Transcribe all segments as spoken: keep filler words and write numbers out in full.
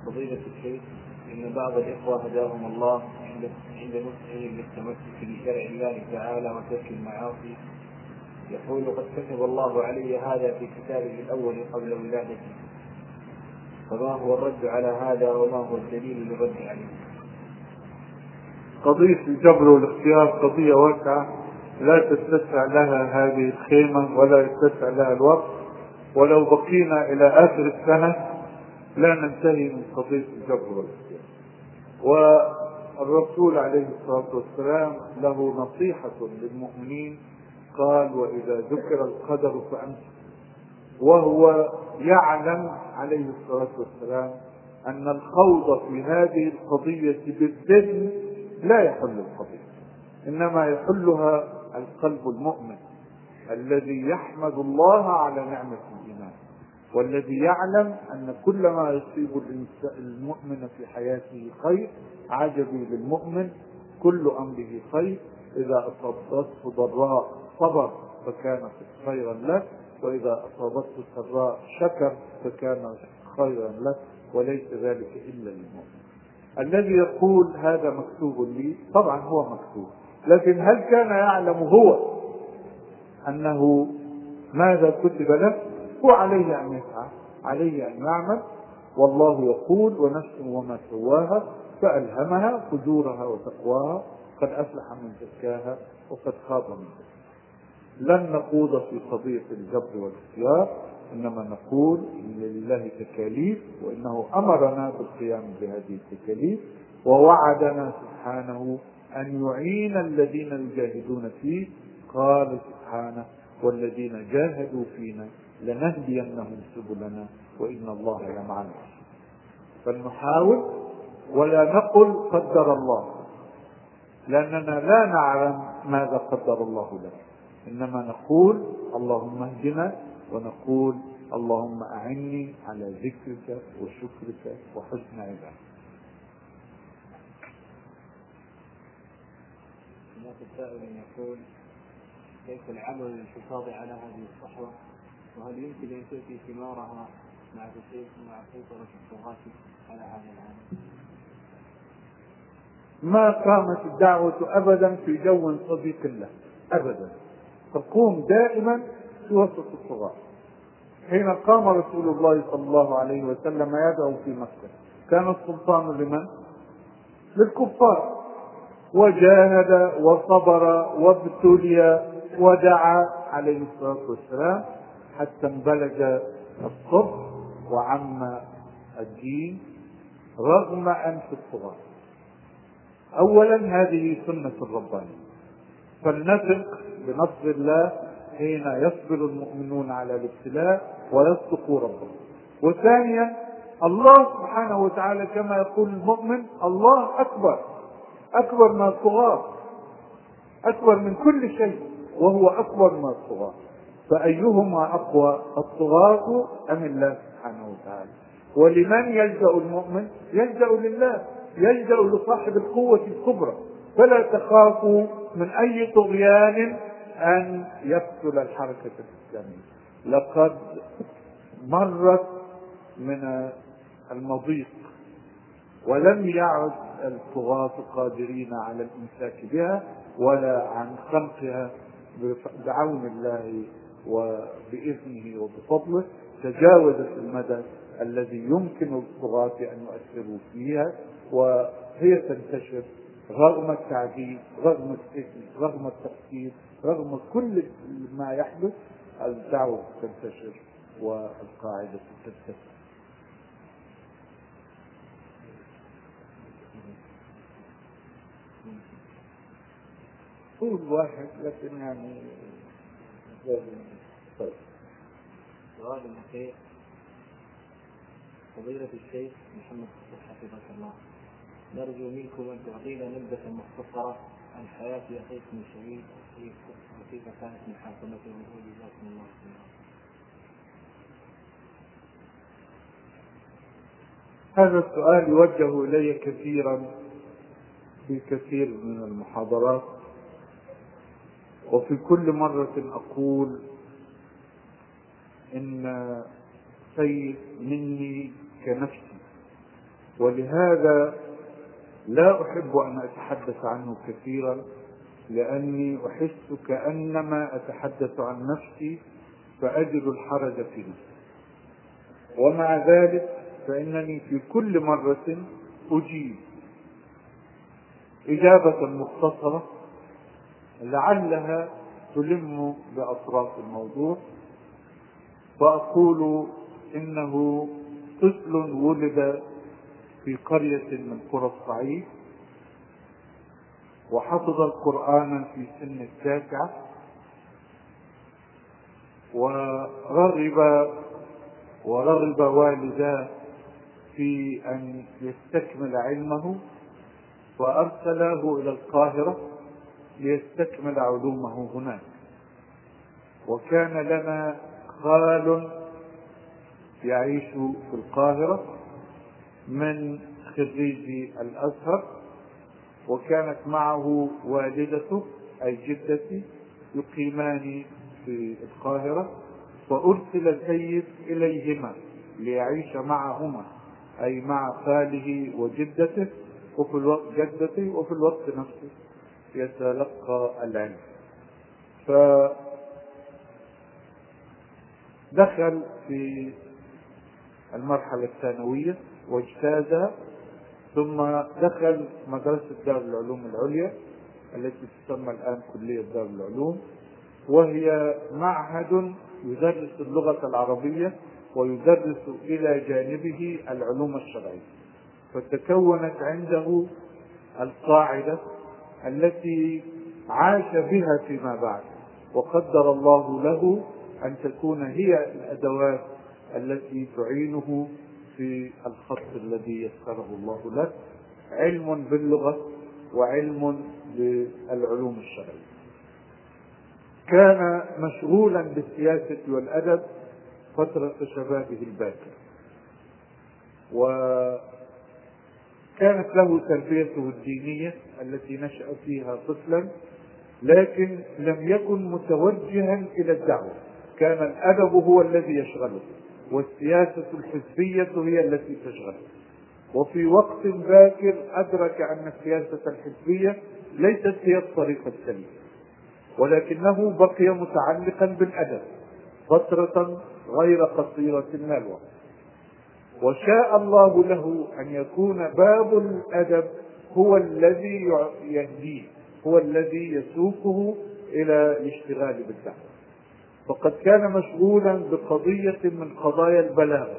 فضيلة الشيخ، إن بعض الإخوة هداهم الله عند عند نصحهم للتمسك بشرع الله تعالى وترك المعاصي يقول: قد كتب الله علي هذا في كتابه الأول قبل ولادتي، فما هو الرد على هذا وما هو الدليل للرد عليه؟ قضية الجبر والاختيار قضية واسعة لا تتسع لها هذه الخيمة ولا يتسع لها الوقت، ولو بقينا إلى آخر السنة لا ننتهي من قضية الجبر والاختيار. والرسول عليه الصلاة والسلام له نصيحة للمؤمنين، قال: وإذا ذكر القدر فأمسكوا. وهو يعلم عليه الصلاة والسلام أن الخوض في هذه القضية بالذهن لا يحل القضية، إنما يحلها القلب المؤمن الذي يحمد الله على نعمة الإيمان، والذي يعلم أن كل ما يصيب المؤمن في حياته خير. عجبي للمؤمن كل أمره خير، إذا أصابته ضراء صبر فكان خيرا له، وإذا أصابته سراء شكر فكان خيرا له، وليس ذلك إلا للمؤمن. الذي يقول هذا مكتوب لي، طبعا هو مكتوب، لكن هل كان يعلم هو أنه ماذا كتب له؟ هو عليه أن يسعى، عليه أن يعمل. والله يقول: ونفس وما سواها فألهمها فجورها وتقواها، قد أفلح من زكاها وقد خاب من دساها. لن نخوض في قضية الجبر والاختيار، إنما نقول إن لله تكاليف، وإنه أمرنا بالقيام بهذه التكاليف، ووعدنا سبحانه أن يعين الذين يجاهدون فيه. قال سبحانه: والذين جاهدوا فينا لنهدينهم سبلنا وإن الله لمع المحسنين. فلنحاول ولا نقل قدر الله، لأننا لا نعلم ماذا قدر الله لنا، إنما نقول: اللهم اهدنا، ونقول: اللهم أعني على ذكرك وشكرك وحسن عبادتك. هناك سائل يقول: كيف العمل للحفاظ على هذه الصحوة؟ وهل يمكن أن تؤتي ثمارها مع مع سيطرة الطغاة على هذا العمل؟ ما قامت الدعوة أبدا في جو صديق له أبدا، تقوم دائما في وسط الطغاة. حين قام رسول الله صلى الله عليه وسلم يدعو في مكة، كان السلطان لمن؟ للكفار، وجاهد وصبر وابتلي ودعا عليه الصلاة والسلام حتى انبلج الصبح وعم الدين رغم أنف الطغاة. أولا هذه سنة الربانية، فلنثق بنصر الله حين يصبر المؤمنون على الابتلاء ويصدقوا ربهم. وثانيا الله سبحانه وتعالى كما يقول المؤمن: الله أكبر، أكبر من الطغاة، أكبر من كل شيء، وهو أكبر من الطغاة. فأيهما أقوى، الطغاة أم الله سبحانه وتعالى؟ ولمن يلجأ المؤمن؟ يلجأ لله، يلجأ لصاحب القوة الكبرى. فلا تخافوا من أي طغيان أن يقتل الحركة الإسلامية. لقد مرت من المضيق ولم يعد الطغاة قادرين على الإمساك بها ولا عن خلقها. بعون الله وبإذنه وبفضله تجاوزت المدى الذي يمكن للطغاة أن يؤثروا فيها، وهي تنتشر رغم التعذيب، رغم السجن، رغم التقتيل، رغم كل ما يحدث. الدعوة تنتشر والقاعدة تتسع. قول واحد لكن يعني طيب. سؤال الأخير: فضيلة الشيخ محمد حفظك الله، نرجو منكم أن تعطينا نبذة مختصرة عن حياة أخيكم الشهيد وكيف كانت محاكمته وجزاكم الله خيرا. هذا السؤال يوجه إلي كثيرا في كثير من المحاضرات، وفي كل مرة أقول إن سيد مني كنفسي، ولهذا لا أحب أن أتحدث عنه كثيرا، لأني أحس كأنما أتحدث عن نفسي فأجد الحرج في نفسي. ومع ذلك فإنني في كل مرة أجيب إجابة مختصرة لعلها تلم بأطراف الموضوع، فأقول إنه طفل ولد في قرية من قرى الصعيد، وحفظ القرآن في سن التاسعة، ورغب ورغب والداه في أن يستكمل علمه، فأرسله إلى القاهرة ليستكمل علومه هناك. وكان لنا خال يعيش في القاهرة من خريجي الأزهر، وكانت معه والدته أي جدتي يقيمان في القاهرة، فأرسل السيد إليهما ليعيش معهما أي مع خاله وجدته وفي الوقت جدته وفي الوقت نفسه يتلقى العلم. فدخل في المرحلة الثانوية واجتازها، ثم دخل مدرسة دار العلوم العليا التي تسمى الآن كلية دار العلوم، وهي معهد يدرس اللغة العربية ويدرس إلى جانبه العلوم الشرعية. فتكونت عنده القاعدة التي عاش بها فيما بعد، وقدر الله له أن تكون هي الأدوات التي تعينه في الخط الذي يسره الله له، علم باللغة وعلم بالعلوم الشرعية. كان مشغولا بالسياسة والأدب فترة شبابه الباكر، وكانت له تربيته الدينية التي نشأ فيها طفلا، لكن لم يكن متوجها إلى الدعوة. كان الأدب هو الذي يشغله، والسياسة الحزبية هي التي تشغله. وفي وقت باكر أدرك أن السياسة الحزبية ليست هي الطريقة السليمة، ولكنه بقي متعلقا بالأدب فترة غير قصيرة من الوقت، وشاء الله له أن يكون باب الأدب هو الذي يهديه، هو الذي يسوقه إلى الاشتغال بالدعوة. فقد كان مشغولا بقضية من قضايا البلاغة: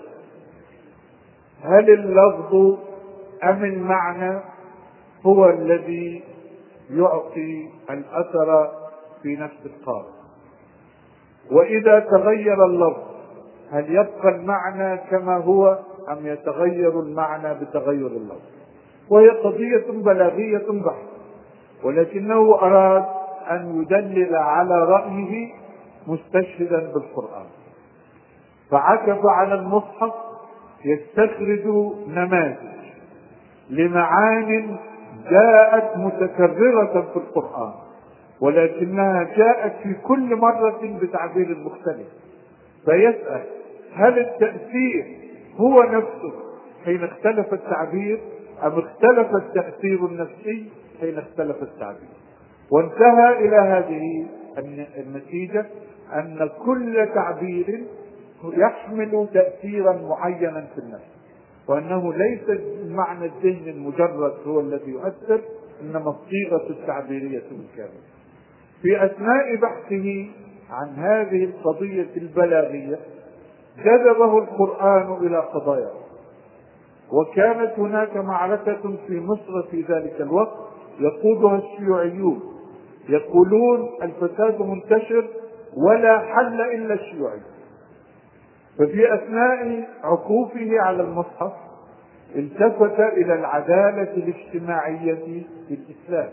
هل اللفظ أم المعنى هو الذي يعطي الأثر في نفس القارئ؟ وإذا تغير اللفظ هل يبقى المعنى كما هو أم يتغير المعنى بتغير اللفظ؟ وهي قضية بلاغية بحتة، ولكنه أراد أن يدلل على رأيه مستشهدا بالقرآن، فعكف على المصحف يستخرج نماذج لمعان جاءت متكررة في القرآن، ولكنها جاءت في كل مرة بتعبير مختلف، فيسأل: هل التأثير هو نفسه حين اختلف التعبير أم اختلف التأثير النفسي حين اختلف التعبير؟ وانتهى إلى هذه النتيجة أن كل تعبير يحمل تأثيرا معينا في النفس، وأنه ليس المعنى الذهني المجرد هو الذي يؤثر، إنما الصيغة التعبيرية بالكامل. في أثناء بحثه عن هذه القضية البلاغية جذبه القرآن إلى قضايا، وكانت هناك معركة في مصر في ذلك الوقت يقودها الشيوعيون، يقولون الفساد منتشر ولا حل إلا الشيوعي. ففي أثناء عكوفه على المصحف التفت إلى العدالة الاجتماعية في الإسلام،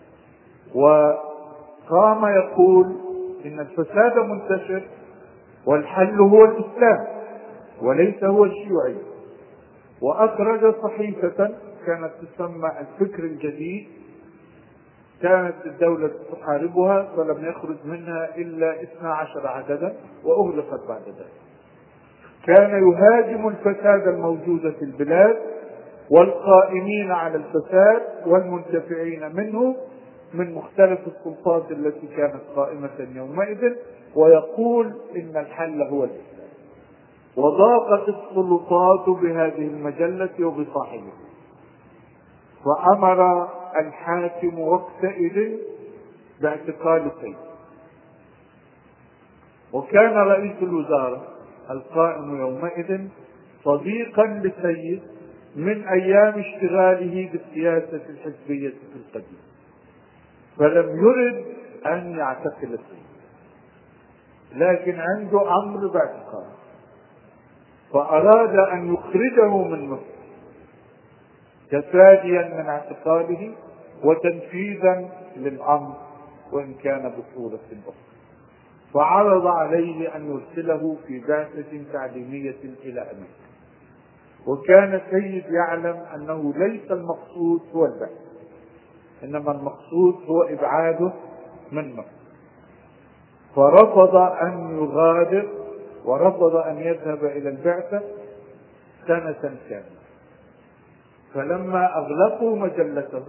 وقام يقول إن الفساد منتشر والحل هو الإسلام وليس هو الشيوعي. وأخرج صحيفة كانت تسمى الفكر الجديد، كانت الدولة تحاربها فلم يخرج منها إلا اثنا عشر عددا وأغلقت بعد ذلك. كان يهاجم الفساد الموجود في البلاد والقائمين على الفساد والمنتفعين منه من مختلف السلطات التي كانت قائمة يومئذ، ويقول إن الحل هو الإسلام. وضاقت السلطات بهذه المجلة وبصاحبه، فأمر الحاكم وقتئذ باعتقال سيد. وكان رئيس الوزراء القائم يومئذ صديقا لسيد من أيام اشتغاله بالسياسة الحزبية في القديم، فلم يرد أن يعتقل سيد، لكن عنده أمر باعتقاله، فأراد أن يخرجه من مصر تفاديا من اعتقاله وتنفيذا للأمر وإن كان بصورة أخرى. فعرض عليه أن يرسله في بعثة تعليمية إلى أمريكا، وكان السيد يعلم أنه ليس المقصود هو البعث، إنما المقصود هو إبعاده من مصر، فرفض أن يغادر ورفض أن يذهب إلى البعثة سنة كاملة. فلما أغلقوا مجلته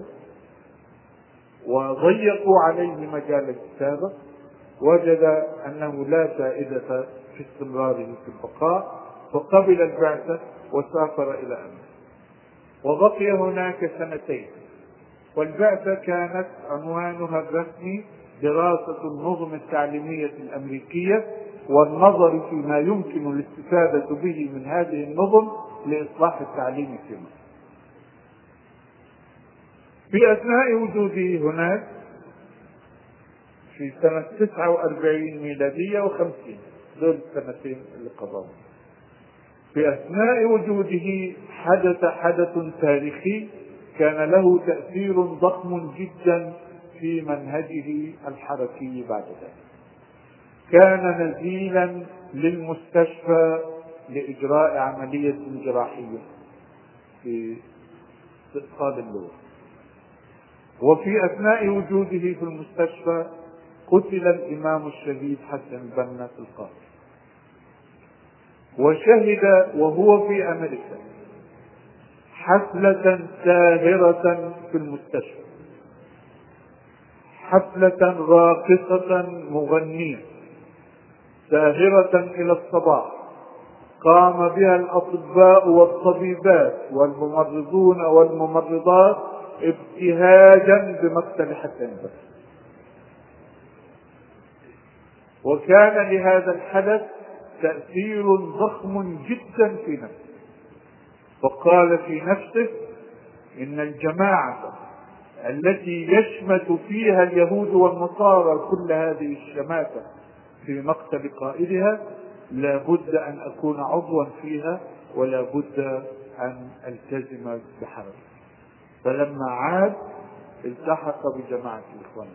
وضيقوا عليه مجال الكتابة وجد أنه لا فائدة في استمراره في البقاء، فقبل البعثة وسافر إلى أمريكا وبقي هناك سنتين. والبعثة كانت عنوانها الرسمي دراسة النظم التعليمية الأمريكية والنظر فيما يمكن الاستفادة به من هذه النظم لإصلاح التعليم في مصر. في أثناء وجوده هناك في سنة تسعة وأربعين ميلادية وخمسين، دول السنتين اللي قضاهم، في أثناء وجوده حدث حدث تاريخي كان له تأثير ضخم جدا في منهجه الحركي بعد ذلك. كان نزيلا للمستشفى لإجراء عملية جراحية في استئصال اللوز، وفي أثناء وجوده في المستشفى قتل الإمام الشهيد حسن البنا في القاهرة. وشهد وهو في أمريكا حفلة ساهرة في المستشفى، حفلة راقصة مغنية ساهرة إلى الصباح قام بها الأطباء والطبيبات والممرضون والممرضات ابتهاجا بمقتل حسن البنا. وكان لهذا الحدث تأثير ضخم جدا في نفسه، فقال في نفسه إن الجماعة التي يشمت فيها اليهود والنصارى كل هذه الشماتة في مقتل قائدها لا بد أن أكون عضوا فيها ولا بد أن ألتزم بحركة. فلما عاد التحق بجماعة الإخوان،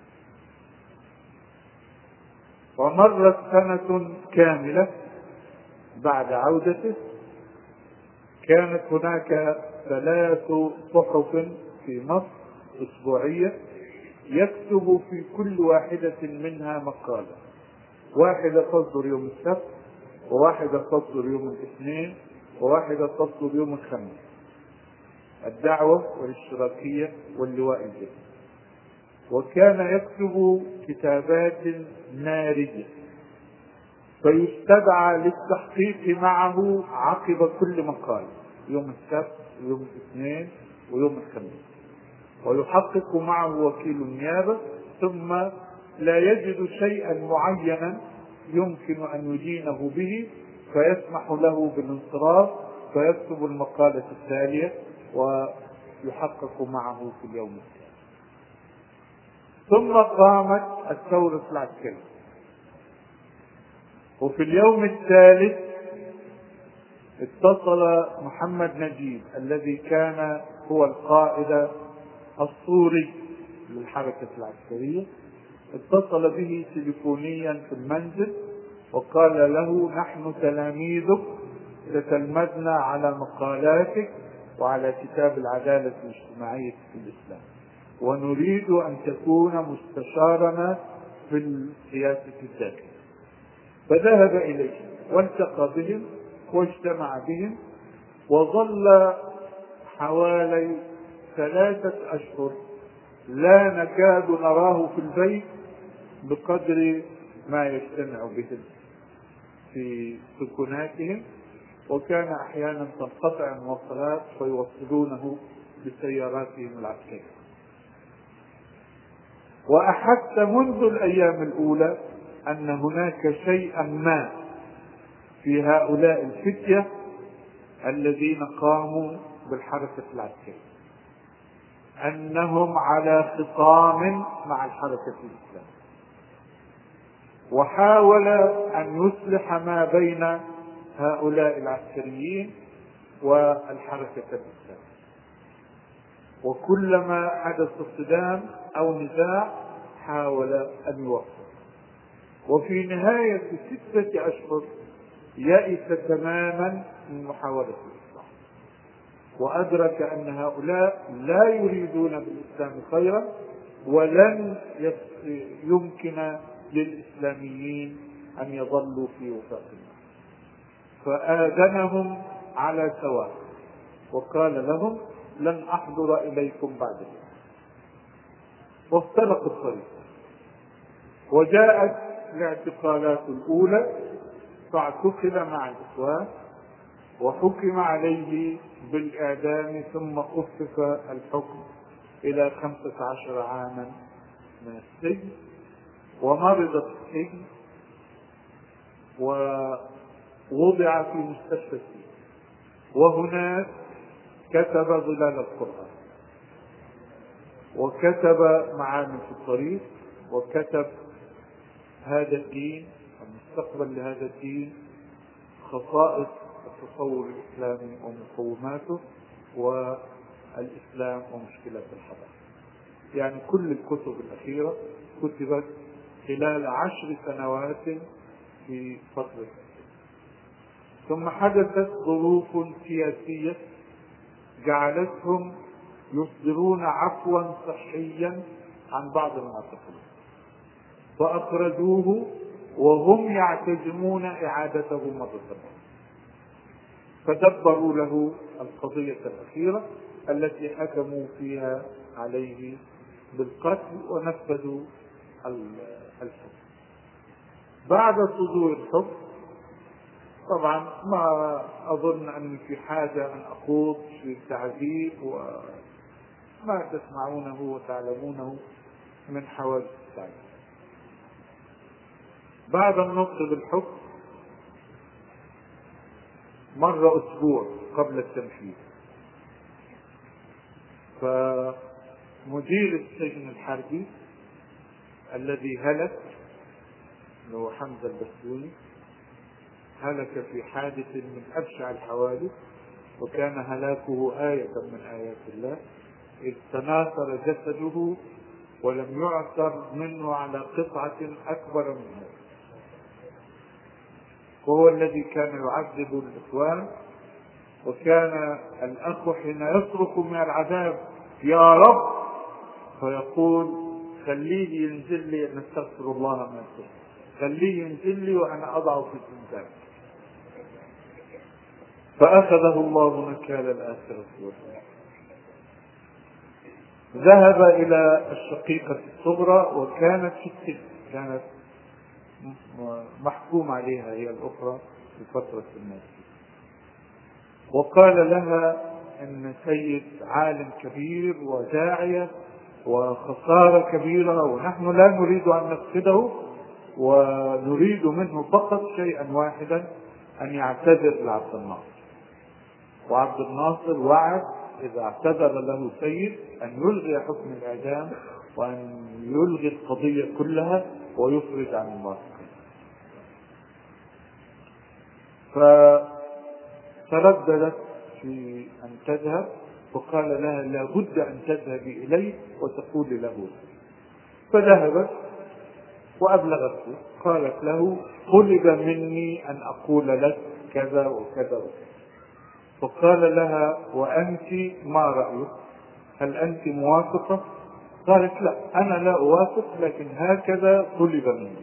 ومرت سنة كاملة بعد عودته. كانت هناك ثلاث صحف في مصر أسبوعية يكتب في كل واحدة منها مقالة، واحدة تصدر يوم السبت، وواحدة تصدر يوم الاثنين، وواحدة تصدر يوم الخميس، الدعوة والاشتراكية واللواء الجديد. وكان يكتب كتابات نارية، فيستدعى للتحقيق معه عقب كل مقال يوم السبت ويوم الاثنين ويوم الخميس، ويحقق معه وكيل النيابة، ثم لا يجد شيئا معينا يمكن أن يدينه به فيسمح له بالانصراف، فيكتب المقالة التالية ويحقق معه في اليوم التالي. ثم قامت الثورة العسكرية، وفي اليوم الثالث اتصل محمد نجيب الذي كان هو القائد الصوري للحركة العسكرية، اتصل به تليفونيا في المنزل وقال له: نحن تلاميذك تتلمذنا على مقالاتك وعلى كتاب العدالة الاجتماعية في الإسلام، ونريد أن تكون مستشارنا في السياسة الداخلية. فذهب إليه والتقى بهم واجتمع بهم، وظل حوالي ثلاثة أشهر لا نكاد نراه في البيت بقدر ما يجتمع بهم في سكناتهم، وكان أحيانا تنقطع المواصلات فيوصلونه بسياراتهم العسكرية. وأحس منذ الأيام الأولى أن هناك شيئا ما في هؤلاء الفتية الذين قاموا بالحركة العسكرية، أنهم على خصام مع الحركة الإسلامية، وحاول أن يصلح ما بين هؤلاء العسكريين والحركة الإسلامية. وكلما حدث صدام أو نزاع حاول أن يوفق، وفي نهاية ستة أشهر يئس تماما من محاولة الإصلاح، وأدرك أن هؤلاء لا يريدون بالإسلام خيرا، ولن يمكن للإسلاميين أن يظلوا في وفاق الله، فآذنهم على سواء وقال لهم لن أحضر إليكم بعد اليوم، وافترق الطريق. وجاءت الاعتقالات الأولى فاعتقل مع الإخوان وحكم عليه بالإعدام، ثم خفف الحكم إلى خمسة عشر عاما من السجن، ومرض في السجن ووضع في مستشفى السجن، وهناك كتب ظلال القرآن، وكتب معالم في الطريق، وكتب هذا الدين، المستقبل لهذا الدين، خصائص التصور الإسلامي ومقوماته، والإسلام ومشكلات الحضارة. يعني كل الكتب الأخيرة كتبت خلال عشر سنوات في فترة. ثم حدثت ظروف سياسية جعلتهم يصدرون عفوا صحيا عن بعض المعتقلين، فأخرجوه وهم يعتزمون إعادته مرة أخرى، فدبروا له القضية الأخيرة التي حكموا فيها عليه بالقتل ونفذوا الحكم. بعد صدور الحكم طبعا ما أظن أني في حاجة أن أخوض في التعذيب وما تسمعونه وتعلمونه من حوادث التعذيب. بعد النطق بالحكم مر أسبوع قبل التنفيذ، فمدير السجن الحربي الذي هلك هو حمزة البسيوني هلك في حادث من أبشع الحوادث، وكان هلاكه آية من آيات الله، إذ تناثر جسده ولم يعثر منه على قطعة أكبر منه، وهو الذي كان يعذب الإخوان. وكان الأخ حين يصرخ من العذاب يا رب فيقول خليه ينزل لي، نستغفر الله ما يصير، خليه ينزل لي وأنا أضع في الزنزانة. فأخذه الله نكال الآخرة والأولى. ذهب إلى الشقيقة الصغرى وكانت في السجن، كانت محكوم عليها هي الأخرى في فترة الناس، وقال لها إن سيد عالم كبير وداعية وخسارة كبيرة، ونحن لا نريد أن نفقده، ونريد منه فقط شيئا واحدا، أن يعتذر لعبد الناصر. وعبد الناصر وعد إذا اعتذر له سيد أن يلغي حكم الإعدام وأن يلغي القضية كلها ويفرج عن المراقبين. فترددت في أن تذهب، وقال لها لا بد أن تذهبي إليه وتقولي له. فذهبت وأبلغته، قالت له طلب مني أن أقول لك كذا وكذا وكذا. فقال لها وأنت ما رأيك؟ هل أنت موافقة؟ قالت لا أنا لا أوافق، لكن هكذا طلب مني.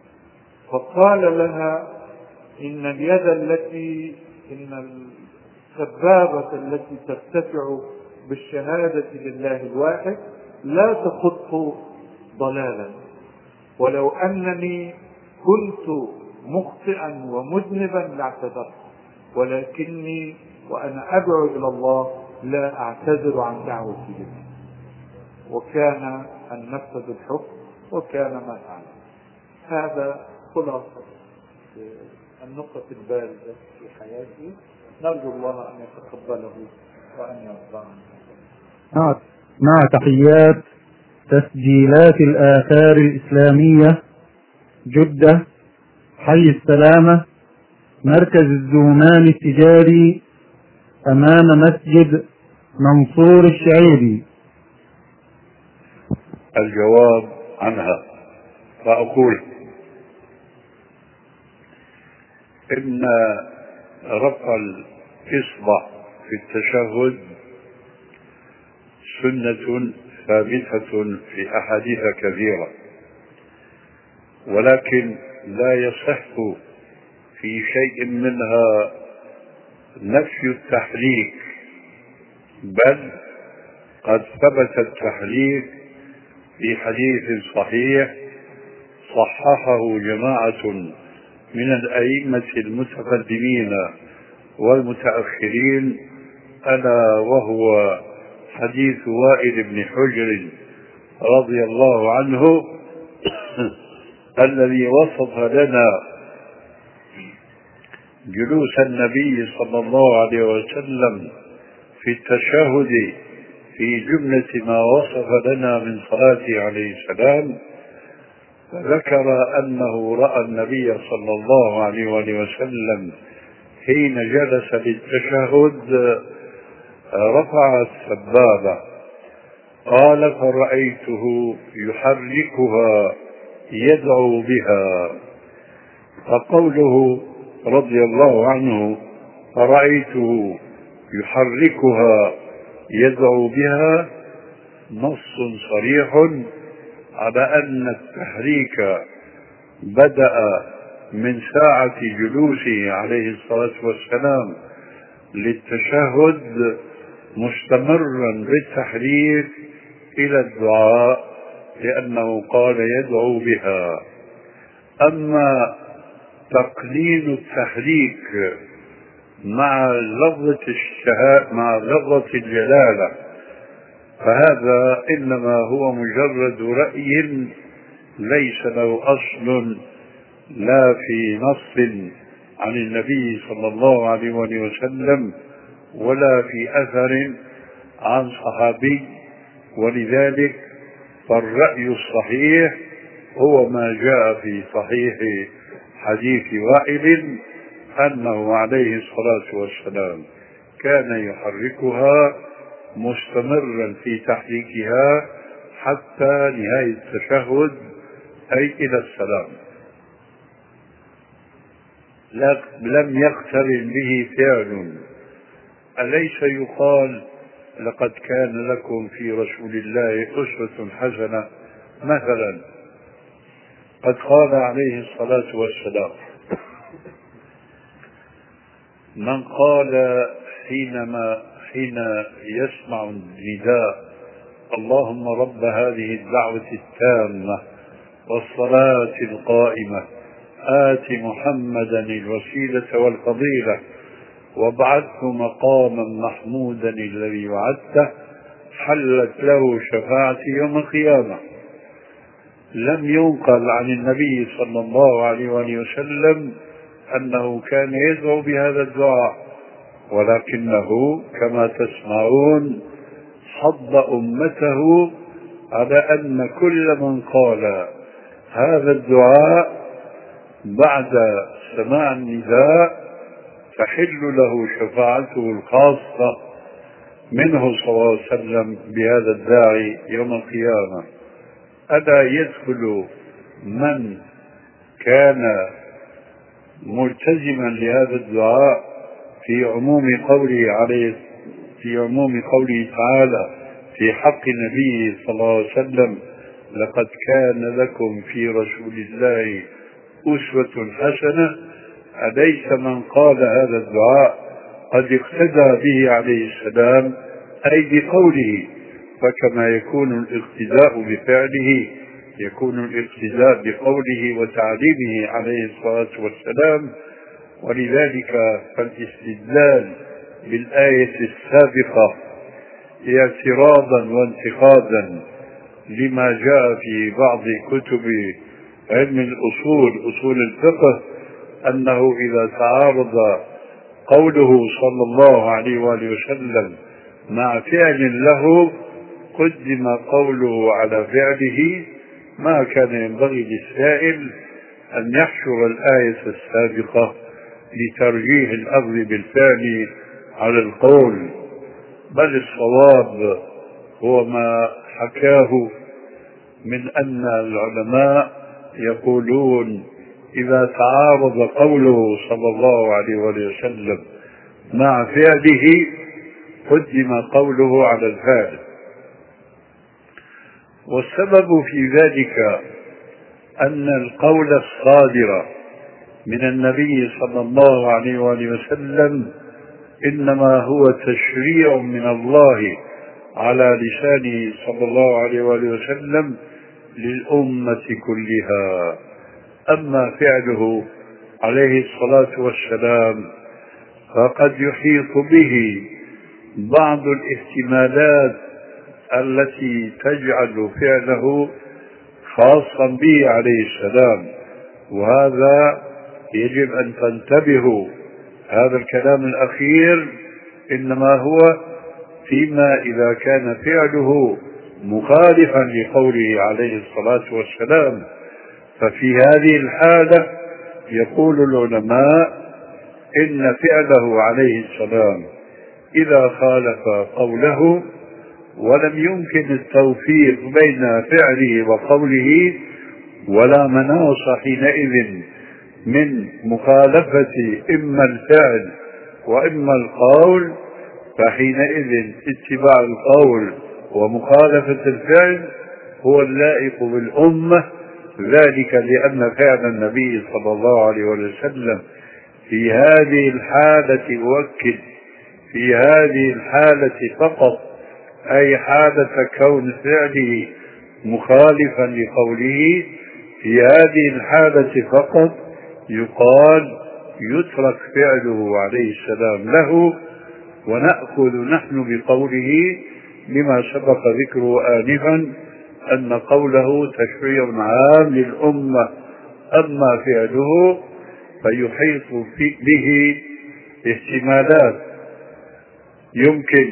فقال لها إن اليد التي إن السبابة التي ترتفع بالشهادة لله الواحد لا تخط ضلالا، ولو أنني كنت مخطئا ومذنبا لاعتذرت، ولكني وأنا أدعو إلى الله لا أعتذر عن دعوتي لله. وكان أن نفذ الحكم وكان ما فعل. هذا خلاصة النقطة الباردة في حياتي، نرجو الله أن يتقبله وأن يرضى عنه. مع تحيات تسجيلات الآثار الإسلامية، جدة، حي السلامة، مركز الزومان التجاري، أمام مسجد منصور الشعيبي. الجواب عنها، فأقول إن رفع الإصبع في التشهد سنة ثابتة في أحاديث كثيرة، ولكن لا يصح في شيء منها نفي التحريك، بل قد ثبت التحريك في حديث صحيح صححه جماعة من الأئمة المتقدمين والمتأخرين، ألا وهو حديث وائل بن حجر رضي الله عنه الذي وصف لنا جلوس النبي صلى الله عليه وسلم في التشهد في جملة ما وصف لنا من صلاته عليه السلام، فذكر أنه رأى النبي صلى الله عليه وسلم حين جلس للتشهد رفع السبابة، قال فرأيته يحركها يدعو بها. فقوله رضي الله عنه فرأيته يحركها يدعو بها نص صريح على أن التحريك بدأ من ساعة جلوسه عليه الصلاة والسلام للتشهد، مستمرا بالتحريك إلى الدعاء، لأنه قال يدعو بها. أما تقليل التحريك مع لفظة الشهادة مع لفظة الجلالة فهذا إنما هو مجرد رأي ليس له أصل لا في نص عن النبي صلى الله عليه وسلم ولا في أثر عن صحابي، ولذلك فالرأي الصحيح هو ما جاء في صحيح حديث وائل أنه عليه الصلاة والسلام كان يحركها مستمرا في تحريكها حتى نهاية التشهد أي إلى السلام، لم يقترن به فعل. أليس يقال لقد كان لكم في رسول الله أسوة حسنة؟ مثلا قد قال عليه الصلاة والسلام من قال حينما حين يسمع النداء اللهم رب هذه الدعوة التامة والصلاة القائمة آت محمدا الوسيلة والفضيلة وابعثه مقاما محمودا الذي وعدته حلت له شفاعتي يوم القيامة. لم ينقل عن النبي صلى الله عليه وسلم أنه كان يدعو بهذا الدعاء، ولكنه كما تسمعون حض أمته على أن كل من قال هذا الدعاء بعد سماع النداء تحل له شفاعته الخاصة منه صلى الله عليه وسلم بهذا الداعي يوم القيامة. ألا يدخل من كان ملتزما لهذا الدعاء في عموم قوله عليه في عموم قوله تعالى في حق النبي صلى الله عليه وسلم لقد كان لكم في رسول الله أسوة حسنة؟ أليس من قال هذا الدعاء قد اقتدى به عليه السلام أي بقوله، فكما يكون الاقتداء بفعله يكون الاقتداء بقوله وتعليمه عليه الصلاة والسلام. ولذلك فالاستدلال بالآية السابقة اعتراضا وانتقادا لما جاء في بعض كتب علم الأصول أصول الفقه أنه إذا تعارض قوله صلى الله عليه وآله وسلم مع فعل له قدم قوله على فعله، ما كان ينبغي للسائل أن يحشر الآية السابقة لترجيح الأمر بالفعل على القول، بل الصواب هو ما حكاه من أن العلماء يقولون إذا تعارض قوله صلى الله عليه وسلم مع فعله قدم قوله على الفعل. والسبب في ذلك أن القول الصادر من النبي صلى الله عليه وسلم إنما هو تشريع من الله على لسانه صلى الله عليه وسلم للأمة كلها. أما فعله عليه الصلاة والسلام فقد يحيط به بعض الاحتمالات التي تجعل فعله خاصا به عليه السلام، وهذا يجب أن تنتبهوا. هذا الكلام الأخير إنما هو فيما إذا كان فعله مخالفا لقوله عليه الصلاة والسلام، ففي هذه الحالة يقول العلماء إن فعله عليه السلام إذا خالف قوله ولم يمكن التوفيق بين فعله وقوله ولا مناص حينئذ من مخالفة إما الفعل وإما القول، فحينئذ اتباع القول ومخالفة الفعل هو اللائق بالأمة، ذلك لأن فعل النبي صلى الله عليه وسلم في هذه الحالة يؤكد في هذه الحالة فقط، أي حالة كون فعله مخالفا لقوله، في هذه الحالة فقط يقال يترك فعله عليه السلام له ونأخذ نحن بقوله لما سبق ذكره آنفا أن قوله تشريع عام للأمة. أما فعله فيحيط به احتمالات، يمكن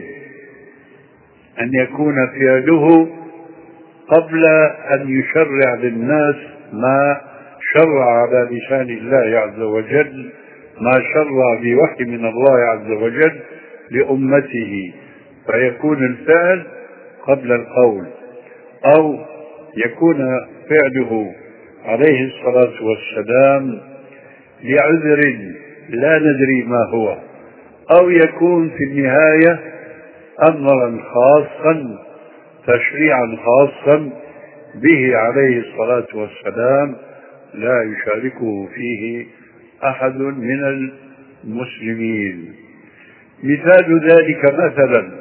أن يكون فعله قبل أن يشرع للناس ما شرع على لسان الله عز وجل، ما شرع بوحي من الله عز وجل لأمته، فيكون الفعل قبل القول، أو يكون فعله عليه الصلاة والسلام لعذر لا ندري ما هو، أو يكون في النهاية أمرا خاصا تشريعا خاصا به عليه الصلاة والسلام لا يشاركه فيه أحد من المسلمين. مثال ذلك مثلا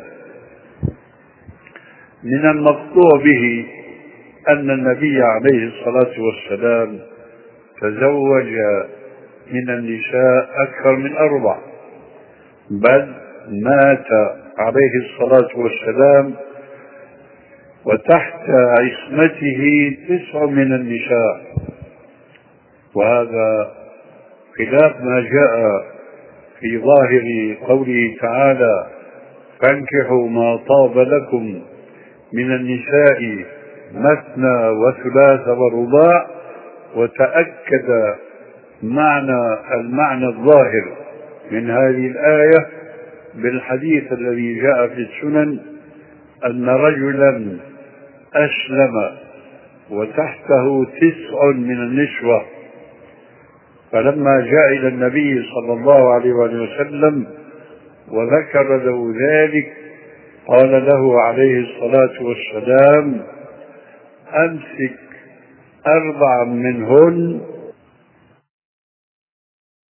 من المقطوع به أن النبي عليه الصلاة والسلام تزوج من النساء أكثر من أربع، بل مات عليه الصلاة والسلام وتحت عصمته تسع من النساء، وهذا خلاف ما جاء في ظاهر قوله تعالى فانكحوا ما طاب لكم من النساء مثنى وثلاث ورباع، وتأكد معنى المعنى الظاهر من هذه الآية بالحديث الذي جاء في السنن أن رجلا أسلم وتحته تسع من النسوة، فلما جاء إلى النبي صلى الله عليه وسلم وذكر له ذلك قال له عليه الصلاة والسلام أمسك أربعا منهن